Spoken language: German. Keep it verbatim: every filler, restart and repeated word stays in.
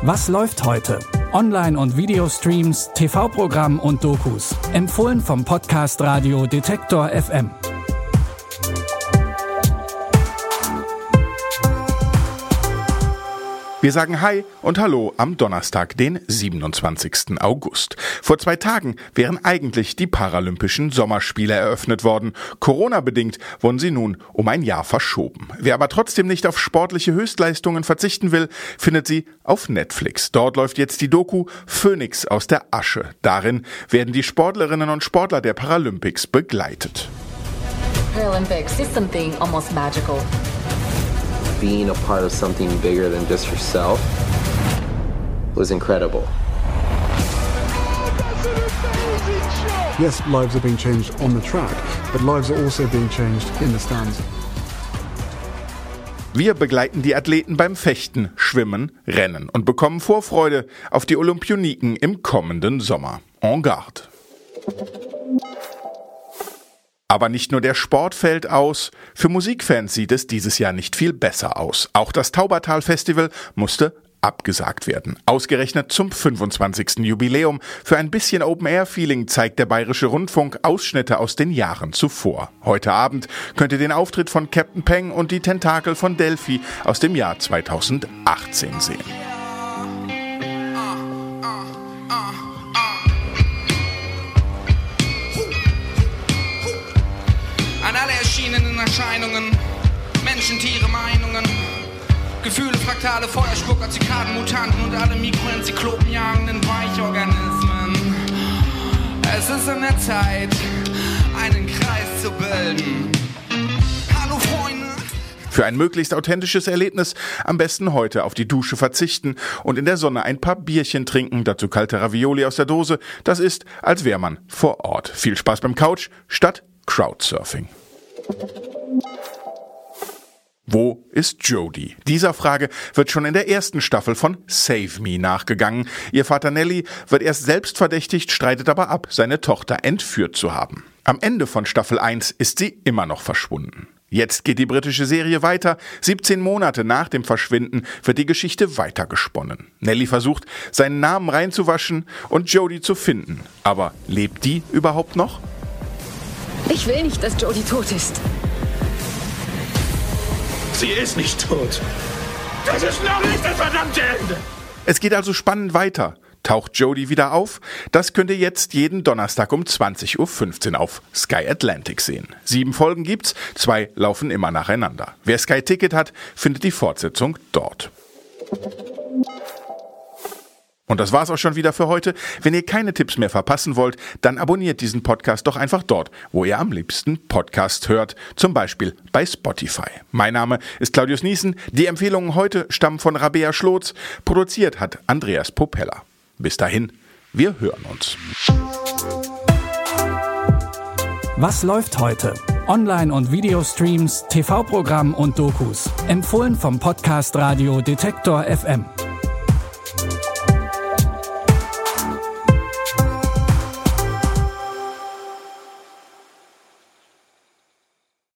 Was läuft heute? Online- und Videostreams, T V-Programm und Dokus. Empfohlen vom Podcast Radio Detektor F M. Wir sagen Hi und Hallo am Donnerstag, den siebenundzwanzigsten August. Vor zwei Tagen wären eigentlich die Paralympischen Sommerspiele eröffnet worden. Corona-bedingt wurden sie nun um ein Jahr verschoben. Wer aber trotzdem nicht auf sportliche Höchstleistungen verzichten will, findet sie auf Netflix. Dort läuft jetzt die Doku Phönix aus der Asche. Darin werden die Sportlerinnen und Sportler der Paralympics begleitet. Paralympics is something almost magical. Being a part of something bigger than just yourself was incredible. Yes, lives are being changed on the track, but lives are also being changed in the stands. Wir begleiten die Athleten beim Fechten, Schwimmen, Rennen und bekommen Vorfreude auf die Olympioniken im kommenden Sommer. En garde! Aber nicht nur der Sport fällt aus, für Musikfans sieht es dieses Jahr nicht viel besser aus. Auch das Taubertal-Festival musste abgesagt werden. Ausgerechnet zum fünfundzwanzigsten Jubiläum. Für ein bisschen Open-Air-Feeling zeigt der Bayerische Rundfunk Ausschnitte aus den Jahren zuvor. Heute Abend könnt ihr den Auftritt von Captain Peng und die Tentakel von Delphi aus dem Jahr zweitausendachtzehn sehen. An alle erschienenen Erscheinungen, Menschen, Tiere, Meinungen, Gefühle, Fraktale, Feuerspucker, Zikaden, Mutanten und alle Mikroenzyklopen jagenden Weichorganismen. Es ist an der Zeit, einen Kreis zu bilden. Hallo Freunde! Für ein möglichst authentisches Erlebnis am besten heute auf die Dusche verzichten und in der Sonne ein paar Bierchen trinken, dazu kalte Ravioli aus der Dose. Das ist, als wäre man vor Ort. Viel Spaß beim Couch statt Crowdsurfing. Wo ist Jodie? Dieser Frage wird schon in der ersten Staffel von Save Me nachgegangen. Ihr Vater Nelly wird erst selbst verdächtigt, streitet aber ab, seine Tochter entführt zu haben. Am Ende von Staffel eins ist sie immer noch verschwunden. Jetzt geht die britische Serie weiter. siebzehn Monate nach dem Verschwinden wird die Geschichte weitergesponnen. Nelly versucht, seinen Namen reinzuwaschen und Jodie zu finden. Aber lebt die überhaupt noch? Ich will nicht, dass Jodie tot ist. Sie ist nicht tot. Das ist noch nicht das verdammte Ende. Es geht also spannend weiter. Taucht Jodie wieder auf? Das könnt ihr jetzt jeden Donnerstag um zwanzig Uhr fünfzehn auf Sky Atlantic sehen. Sieben Folgen gibt's, zwei laufen immer nacheinander. Wer Sky Ticket hat, findet die Fortsetzung dort. Und das war's auch schon wieder für heute. Wenn ihr keine Tipps mehr verpassen wollt, dann abonniert diesen Podcast doch einfach dort, wo ihr am liebsten Podcast hört. Zum Beispiel bei Spotify. Mein Name ist Claudius Niesen. Die Empfehlungen heute stammen von Rabea Schlotz. Produziert hat Andreas Popella. Bis dahin, wir hören uns. Was läuft heute? Online- und Videostreams, T V-Programm und Dokus. Empfohlen vom Podcast Radio Detektor F M.